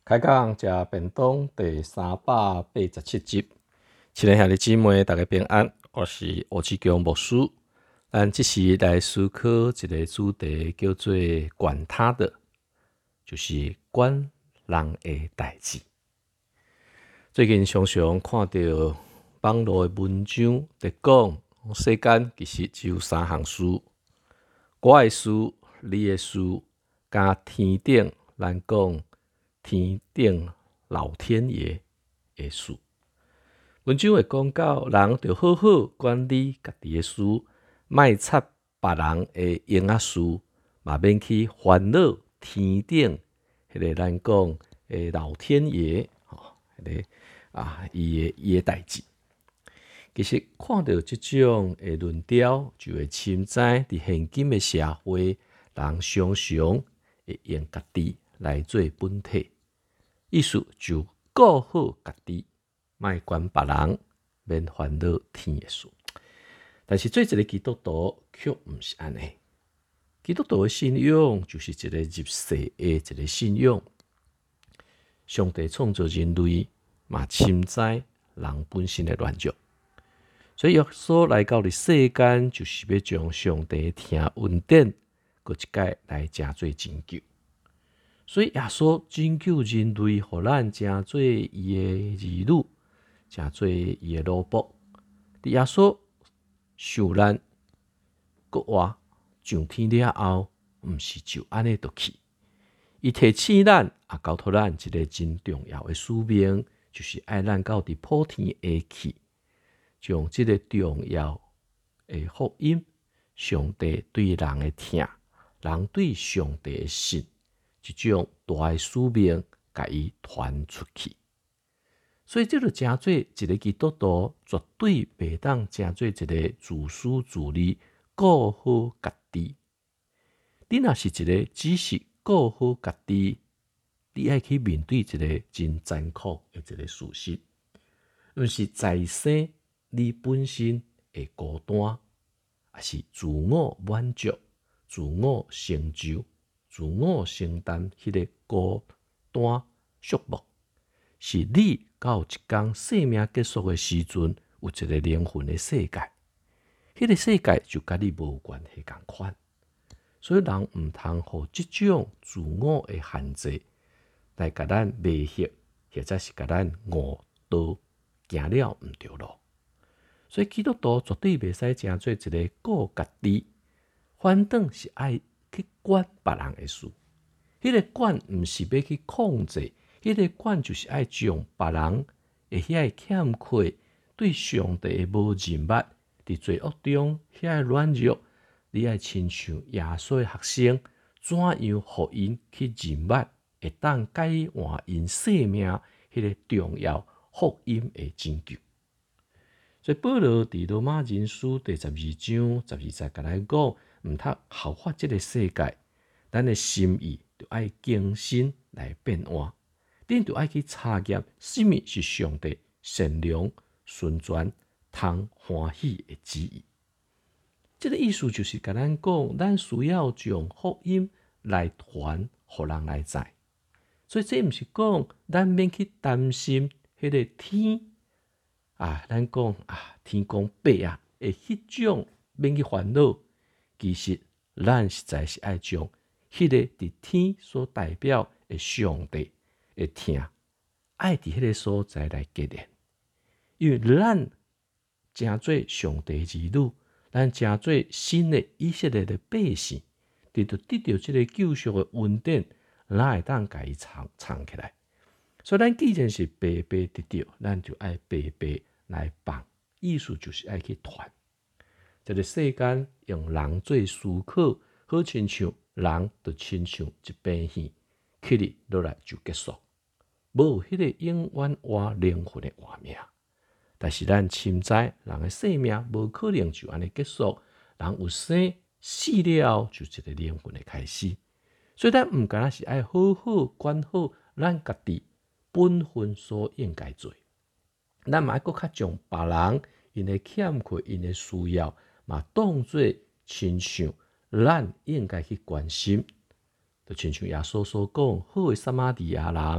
开讲食便当第387集，亲爱兄弟姊妹，大家平安，我是吴志强牧师。咱这时来思考一个主题，叫做“管他的”，就是管人的代志。最近常常看到网络的文章在讲，世间其实只有3项事：我的事、你的事，加天顶，咱讲天顶老天爷的事。文章会讲到，人着好好管理家己的事，莫插别人的闲仔事，嘛免去烦恼天顶迄个咱讲的老天爷迄个伊的代志。其实看到即种的论调，就会深知伫现今的社会，人常常会用家己来做本体，意思就顾好家己，莫管别人，免烦恼天的事。但是做一个基督徒却毋是安尼。基督徒的信仰就是一个入世的一个信仰。上帝创造人类，嘛深知人本身的软弱。所以耶稣来到的世间，就是要将上帝听恩典，搁一届来成做拯救。所以耶稣拯救人类，互咱成做伊的儿女，成做伊的奴仆。伫耶稣受难，搁活上天了后，毋是就安尼倒去。伊提醒咱，也交托咱一个真重要的使命，就是爱咱到伫普天下去。将这个重要的福音，上帝对人的听，人对上帝的信，一种大的使命，甲伊传出去。所以，这就成做一个基督徒，绝对袂当成做一个自私自利、顾好家己。你若是一个只是顾好家己，你爱去面对一个真残酷的一个事实，就是在生。你本身会孤单，还是自我满足、自我成就、自我承担迄个孤单束缚，是你到一天生命结束的时阵，有一个灵魂的世界。迄个世界就甲你无关系共款。所以人毋通互即种自我的限制来甲咱迷惑，或者是甲咱误导，行了毋对路。所以基督徒绝对袂使成做一个顾家己，反倒是爱去管别人的事。迄个管毋是要去控制，迄个管就是爱将别人的遐个欠缺，对上帝的无认捌，伫罪恶中遐个软弱，你爱亲像耶稣的学生，怎样互因去认捌，会当改换因生命迄个重要福音的拯救。所以保罗伫罗马人书第12章12节甲咱讲，毋通效法这个世界，咱的心意就爱更新来变换，恁就爱去查验什么是上帝善良、纯全、通欢喜的旨意。这个意思就是甲咱讲，咱需要将福音来传，互人来知。所以这毋是讲咱免去担心迄个天。咱讲天公伯的迄种免去烦恼，其实咱实在是爱将迄个伫天所代表的上帝的听，爱伫迄个所在来结连，因为咱诚做上帝儿女，咱诚做新的以色列的百姓，得到这个救赎的恩典，咱会当甲伊藏起来。所以咱既然是白白得到，咱就爱白白来放，意思就是爱去传。这个世间用人做思考，好亲像人就亲像一柄线，起日落来就结束，无迄个永远活灵魂的活命。但是咱深知人的生命无可能就安尼结束，人有生死了就一个灵魂的开始。所以咱毋敢若是爱好好管好咱家己本分所应该做。咱嘛爱搁较将别人因的欠缺、因的需要，嘛当作亲像咱应该去关心。就亲像耶稣所讲，好的撒玛利亚人，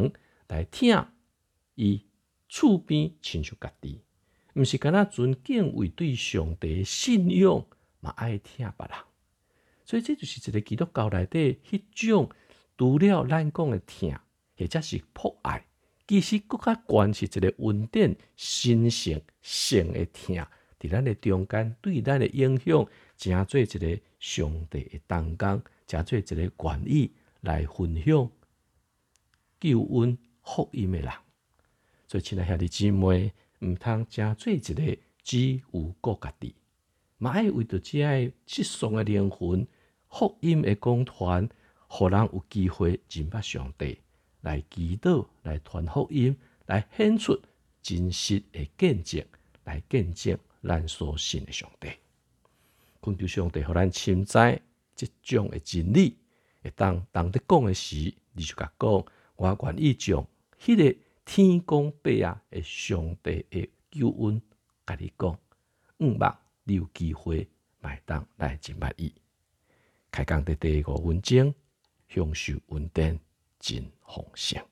来疼伊厝边亲像家己，毋是干那纯敬畏对上帝的信仰，嘛爱疼别人。所以这就是一个基督教内底迄种除了咱讲的疼，或者是博爱，其实更较悬是一个稳定、神圣、性的疼，伫咱的中间对咱的影响，成做一个上帝的同工，成做一个愿意来分享救恩福音的人。所以，亲爱兄弟姊妹，毋通成做一个只有顾家己，嘛爱为着这个失丧的灵魂、福音的讲传，互人有机会认捌上帝，来祈祷、来传福音、来显出真实的见证，来见证咱所信的上帝。恳求上帝，互咱深知这种的真理，会当得讲的时，你就甲讲，我愿意将迄个天公伯啊的上帝的救恩，甲你讲，望你有机会买当来认捌伊。开讲的第5分钟，享受恩典真丰盛。